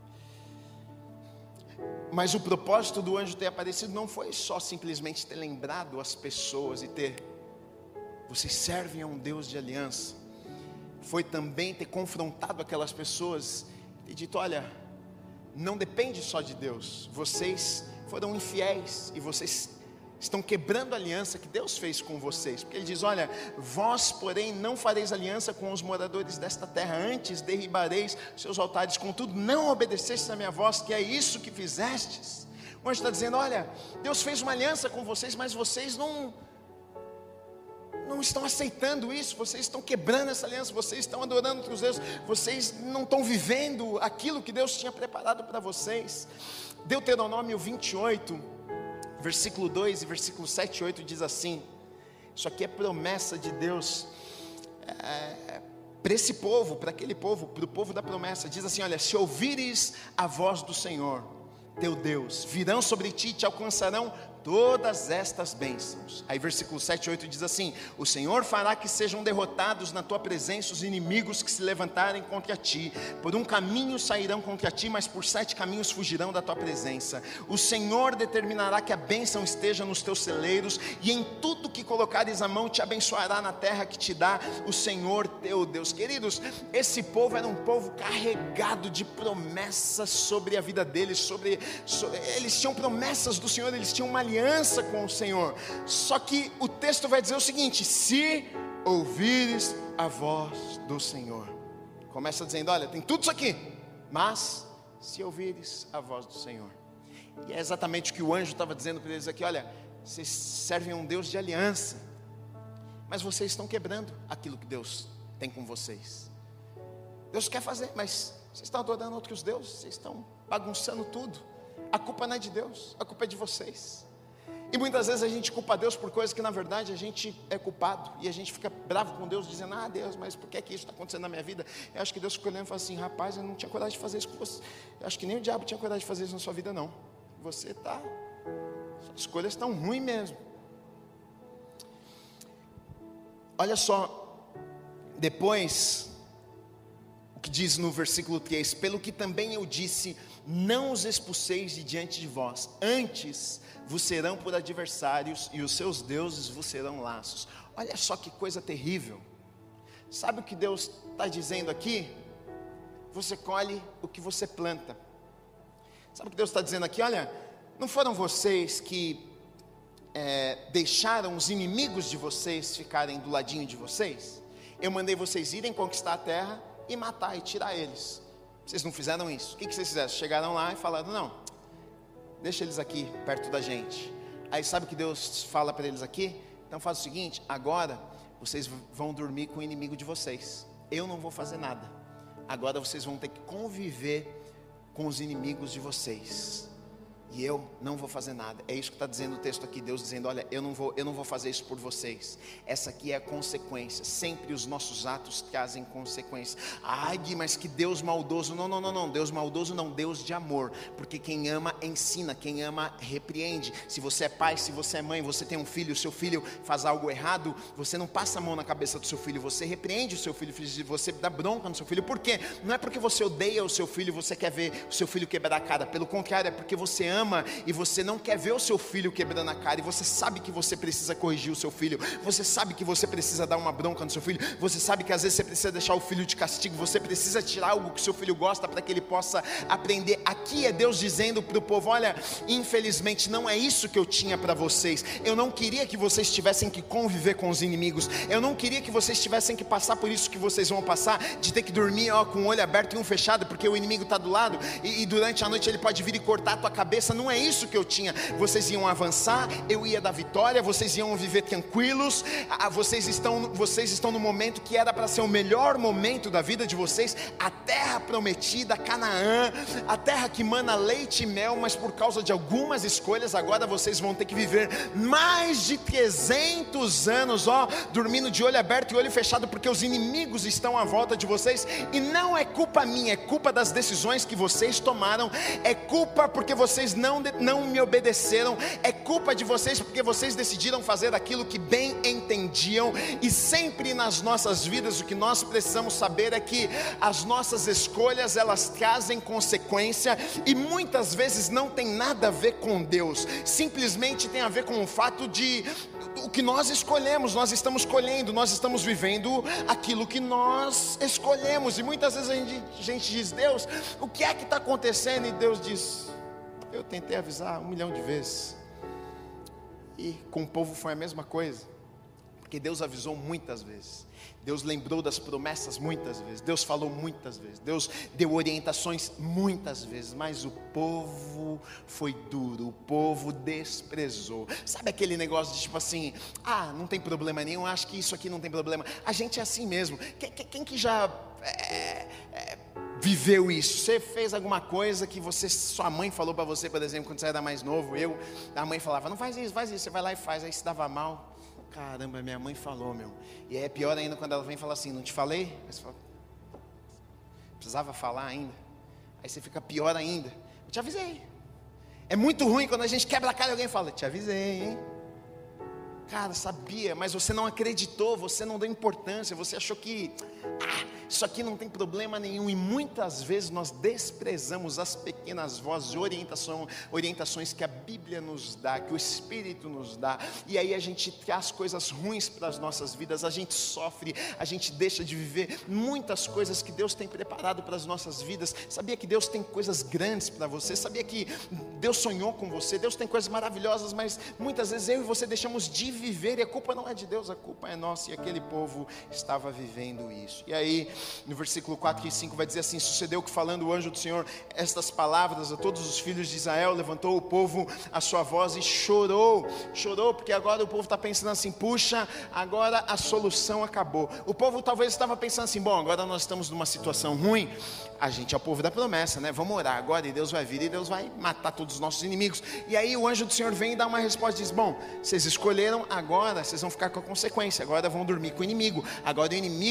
Mas o propósito do anjo ter aparecido não foi só simplesmente ter lembrado as pessoas e vocês servem a um Deus de aliança. Foi também ter confrontado aquelas pessoas e dito: olha, não depende só de Deus, vocês foram infiéis e vocês estão quebrando a aliança que Deus fez com vocês. Porque Ele diz: olha, vós porém não fareis aliança com os moradores desta terra, antes derribareis seus altares, contudo não obedecestes a minha voz, que é isso que fizestes. O anjo está dizendo: olha, Deus fez uma aliança com vocês, mas vocês não estão aceitando isso, vocês estão quebrando essa aliança, vocês estão adorando outros deuses, vocês não estão vivendo aquilo que Deus tinha preparado para vocês. Deuteronômio 28, versículo 2 e versículo 7 e 8 diz assim: isso aqui é promessa de Deus para esse povo, para aquele povo, para o povo da promessa. Diz assim: olha, se ouvires a voz do Senhor teu Deus, virão sobre ti e te alcançarão todas estas bênçãos. Aí versículo 7 e 8 diz assim: o Senhor fará que sejam derrotados na tua presença os inimigos que se levantarem contra ti. Por um caminho sairão contra ti, mas por 7 caminhos fugirão da tua presença. O Senhor determinará que a bênção esteja nos teus celeiros, e em tudo que colocares a mão te abençoará na terra que te dá o Senhor teu Deus. Queridos, esse povo era um povo carregado de promessas sobre a vida deles, eles tinham promessas do Senhor, eles tinham uma aliança com o Senhor. Só que o texto vai dizer o seguinte: se ouvires a voz do Senhor. Começa dizendo: olha, tem tudo isso aqui, mas se ouvires a voz do Senhor. E é exatamente o que o anjo estava dizendo para eles aqui: olha, vocês servem a um Deus de aliança, mas vocês estão quebrando aquilo que Deus tem com vocês. Deus quer fazer, mas vocês estão adorando outros deuses, vocês estão bagunçando tudo. A culpa não é de Deus, a culpa é de vocês. E muitas vezes a gente culpa Deus por coisas que na verdade a gente é culpado, e a gente fica bravo com Deus, dizendo: ah, Deus, mas por que isso está acontecendo na minha vida? Eu acho que Deus ficou olhando e falou assim: rapaz, eu não tinha coragem de fazer isso com você. Eu acho que nem o diabo tinha coragem de fazer isso na sua vida não. Suas escolhas estão ruins mesmo. Olha só, depois o que diz no versículo 3: pelo que também eu disse, não os expulseis de diante de vós, antes vos serão por adversários, e os seus deuses vos serão laços. Olha só que coisa terrível. Sabe o que Deus está dizendo aqui? Você colhe o que você planta. Sabe o que Deus está dizendo aqui? Olha, não foram vocês que deixaram os inimigos de vocês ficarem do ladinho de vocês? Eu mandei vocês irem conquistar a terra e matar e tirar eles. Vocês não fizeram isso. O que vocês fizeram? Chegaram lá e falaram: não, deixa eles aqui perto da gente. Aí sabe o que Deus fala para eles aqui? Então faz o seguinte: agora vocês vão dormir com o inimigo de vocês. Eu não vou fazer nada. Agora vocês vão ter que conviver com os inimigos de vocês. E eu não vou fazer nada. É isso que está dizendo o texto aqui. Deus dizendo: olha, eu não vou fazer isso por vocês. Essa aqui é a consequência. Sempre os nossos atos trazem consequências. Ai, Gui, mas que Deus maldoso. Não, Deus maldoso não, Deus de amor. Porque quem ama ensina, quem ama repreende. Se você é pai, se você é mãe, você tem um filho, o seu filho faz algo errado, você não passa a mão na cabeça do seu filho, você repreende o seu filho, você dá bronca no seu filho. Por quê? Não é porque você odeia o seu filho, você quer ver o seu filho quebrar a cara. Pelo contrário, é porque você ama e você não quer ver o seu filho quebrando a cara, e você sabe que você precisa corrigir o seu filho, você sabe que você precisa dar uma bronca no seu filho, você sabe que às vezes você precisa deixar o filho de castigo, você precisa tirar algo que o seu filho gosta para que ele possa aprender. Aqui é Deus dizendo para o povo: olha, infelizmente não é isso que eu tinha para vocês. Eu não queria que vocês tivessem que conviver com os inimigos, eu não queria que vocês tivessem que passar por isso que vocês vão passar, de ter que dormir com o olho aberto e um fechado, porque o inimigo está do lado, e durante a noite ele pode vir e cortar a tua cabeça. Não é isso que eu tinha. Vocês iam avançar, eu ia dar vitória, vocês iam viver tranquilos. Vocês estão no momento que era para ser o melhor momento da vida de vocês, a terra prometida, Canaã, a terra que mana leite e mel, mas por causa de algumas escolhas, agora vocês vão ter que viver mais de 300 anos, dormindo de olho aberto e olho fechado, porque os inimigos estão à volta de vocês. E não é culpa minha, é culpa das decisões que vocês tomaram, é culpa porque vocês não me obedeceram, é culpa de vocês porque vocês decidiram fazer aquilo que bem entendiam. E sempre nas nossas vidas o que nós precisamos saber é que as nossas escolhas, elas trazem consequência, e muitas vezes não tem nada a ver com Deus, simplesmente tem a ver com o fato de o que nós escolhemos. Nós estamos colhendo, nós estamos vivendo aquilo que nós escolhemos, e muitas vezes a gente diz: Deus, o que é que está acontecendo? E Deus diz: eu tentei avisar 1 milhão de vezes. E com o povo foi a mesma coisa, porque Deus avisou muitas vezes, Deus lembrou das promessas muitas vezes, Deus falou muitas vezes, Deus deu orientações muitas vezes, mas o povo foi duro, o povo desprezou. Sabe aquele negócio de tipo assim: não tem problema nenhum, acho que isso aqui não tem problema. A gente é assim mesmo. Quem que já viveu isso? Você fez alguma coisa que sua mãe falou para você, por exemplo, quando você era mais novo? A mãe falava: não faz isso, você vai lá e faz, aí se dava mal. Caramba, minha mãe falou, meu. E aí é pior ainda quando ela vem e fala assim: não te falei? Aí você fala: precisava falar ainda. Aí você fica pior ainda: eu te avisei. É muito ruim quando a gente quebra a cara e alguém fala: te avisei, hein? Cara, sabia, mas você não acreditou, você não deu importância, você achou que isso aqui não tem problema nenhum. E muitas vezes nós desprezamos as pequenas vozes e orientações que a Bíblia nos dá, que o Espírito nos dá, e aí a gente traz coisas ruins para as nossas vidas, a gente sofre, a gente deixa de viver muitas coisas que Deus tem preparado para as nossas vidas. Sabia que Deus tem coisas grandes para você? Sabia que Deus sonhou com você? Deus tem coisas maravilhosas, mas muitas vezes eu e você deixamos de viver, e a culpa não é de Deus, a culpa é nossa. E aquele povo estava vivendo isso. E aí no versículo 4 e 5 vai dizer assim: sucedeu que, falando o anjo do Senhor estas palavras a todos os filhos de Israel, levantou o povo a sua voz e chorou, porque agora o povo está pensando assim: puxa, agora a solução acabou. O povo talvez estava pensando assim: bom, agora nós estamos numa situação ruim, a gente é o povo da promessa, né? Vamos orar agora e Deus vai vir e Deus vai matar todos os nossos inimigos. E aí o anjo do Senhor vem e dá uma resposta e diz: bom, vocês escolheram, agora vocês vão ficar com a consequência, agora vão dormir com o inimigo, agora o inimigo vai ficar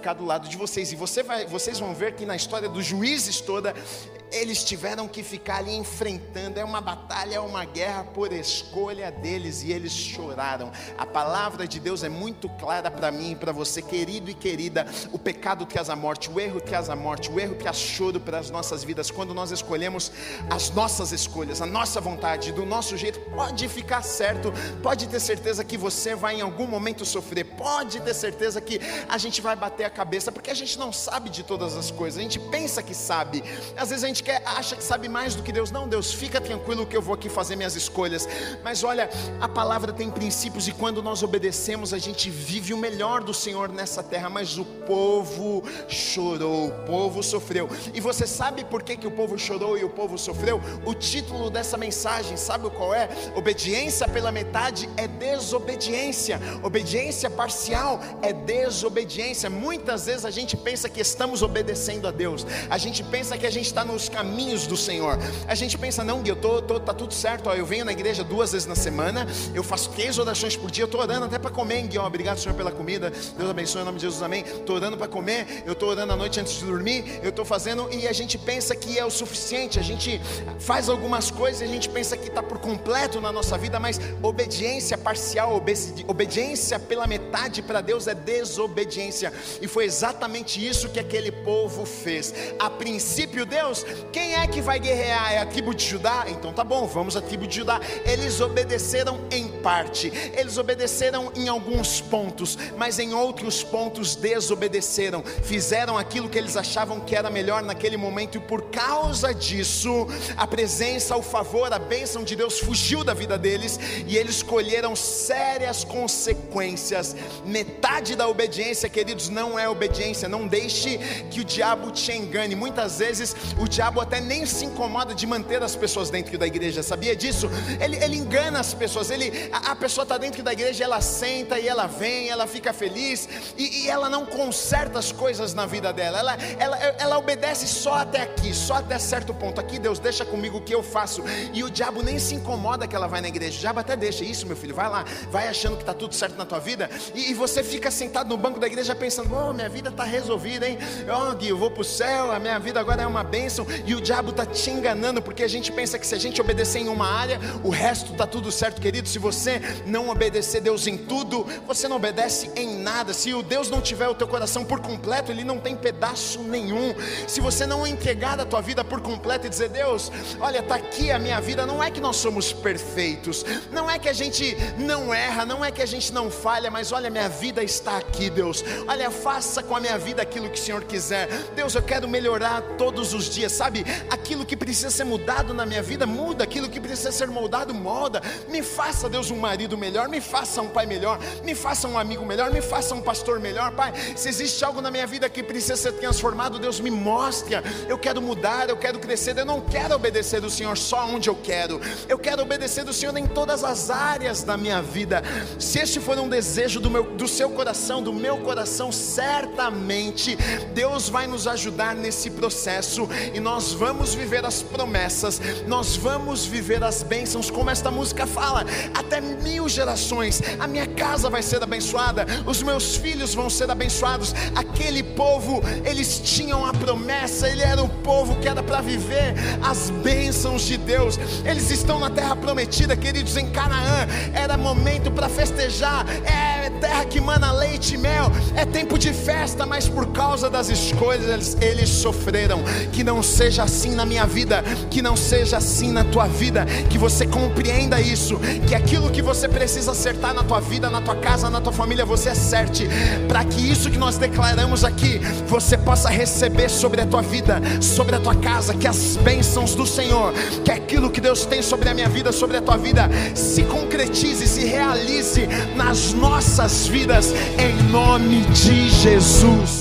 ficar do lado de vocês. E vocês vão ver que na história dos juízes toda, eles tiveram que ficar ali enfrentando. É uma batalha, é uma guerra por escolha deles, e eles choraram. A palavra de Deus é muito clara para mim e para você, querido e querida. O pecado traz a morte, o erro traz a morte, o erro traz choro para as nossas vidas. Quando nós escolhemos as nossas escolhas, a nossa vontade, do nosso jeito, pode ficar certo, pode ter certeza que você vai em algum momento sofrer, pode ter certeza que a gente vai bater a cabeça, porque a gente não sabe de todas as coisas. A gente pensa que sabe, às vezes a gente acha que sabe mais do que Deus. Não, Deus, fica tranquilo que eu vou aqui fazer minhas escolhas. Mas olha, a palavra tem princípios, e quando nós obedecemos, a gente vive o melhor do Senhor nessa terra. Mas o povo chorou, o povo sofreu. E você sabe por que o povo chorou e o povo sofreu? O título dessa mensagem, sabe qual é? Obediência pela metade é desobediência. Obediência parcial é desobediência. Muitas vezes a gente pensa que estamos obedecendo a Deus, a gente pensa que a gente está nos caminhos do Senhor. A gente pensa, não, Gui, tá tudo certo, ó, eu venho na igreja 2 vezes na semana, eu faço 3 orações por dia, eu estou orando até para comer, Gui, ó, obrigado, Senhor, pela comida, Deus abençoe em nome de Jesus, amém. Estou orando para comer, eu estou orando à noite antes de dormir, eu estou fazendo, e a gente pensa que é o suficiente. A gente faz algumas coisas e a gente pensa que está por completo na nossa vida, mas obediência parcial, obediência pela metade para Deus é desobediência. E foi exatamente isso que aquele povo fez. A princípio, Deus, quem é que vai guerrear? É a tribo de Judá? Então tá bom, vamos à tribo de Judá. Eles obedeceram em parte, eles obedeceram em alguns pontos, mas em outros pontos desobedeceram, fizeram aquilo que eles achavam que era melhor naquele momento, e por causa disso, a presença, o favor, a bênção de Deus fugiu da vida deles, e eles colheram sérias consequências. Metade da obediência, queridos, não é obediência. Não deixe que o diabo te engane. Muitas vezes o diabo até nem se incomoda de manter as pessoas dentro da igreja, sabia disso? Ele engana as pessoas. A pessoa está dentro da igreja, ela senta e ela vem, ela fica feliz, e ela não conserta as coisas na vida dela. Ela obedece só até aqui, só até certo ponto. Aqui, Deus, deixa comigo o que eu faço. E o diabo nem se incomoda que ela vai na igreja. O diabo até deixa isso, meu filho, vai lá, vai achando que está tudo certo na tua vida, e você fica sentado no banco da igreja pensando, oh, minha vida está resolvida, hein? Oh, Gui, eu vou para o céu, a minha vida agora é uma bênção. E o diabo está te enganando, porque a gente pensa que se a gente obedecer em uma área, o resto está tudo certo, querido. Se você não obedecer Deus em tudo, você não obedece em nada. Se o Deus não tiver o teu coração por completo, ele não tem pedaço nenhum. Se você não entregar a tua vida por completo e dizer, Deus, olha, está aqui a minha vida. Não é que nós somos perfeitos, não é que a gente não erra, não é que a gente não falha, mas olha, minha vida está aqui, Deus. Olha, faça com a minha vida aquilo que o Senhor quiser. Deus, eu quero melhorar todos os dias, sabe? Aquilo que precisa ser mudado na minha vida, muda. Aquilo que precisa ser moldado, molda. Me faça, Deus, um marido melhor, me faça um pai melhor, me faça um amigo melhor, me faça um pastor melhor. Pai, se existe algo na minha vida que precisa ser transformado, Deus, me mostre. Eu quero mudar, eu quero crescer. Eu não quero obedecer do Senhor só onde eu quero obedecer do Senhor em todas as áreas da minha vida. Se este for um desejo do seu coração, do meu coração, certamente Deus vai nos ajudar nesse processo, e nós vamos viver as promessas, nós vamos viver as bênçãos, como esta música fala, até 1000 gerações, a minha casa vai ser abençoada, os meus filhos vão ser abençoados. Aquele povo, eles tinham a promessa, ele era o povo que era para viver as bênçãos de Deus. Eles estão na terra prometida, queridos, em Canaã. Era momento para festejar, é terra que mana leite e mel, é tempo de festa, mas por causa das escolhas eles sofreram. Que não seja assim na minha vida, que não seja assim na tua vida, que você compreenda isso, que aquilo que você precisa acertar na tua vida, na tua casa, na tua família, você acerte, para que isso que nós declaramos aqui, você possa receber sobre a tua vida, sobre a tua casa, que as bênçãos do Senhor, que aquilo que Deus tem sobre a minha vida, sobre a tua vida, se concretize, se realize nas nossas vidas, em nome de Jesus.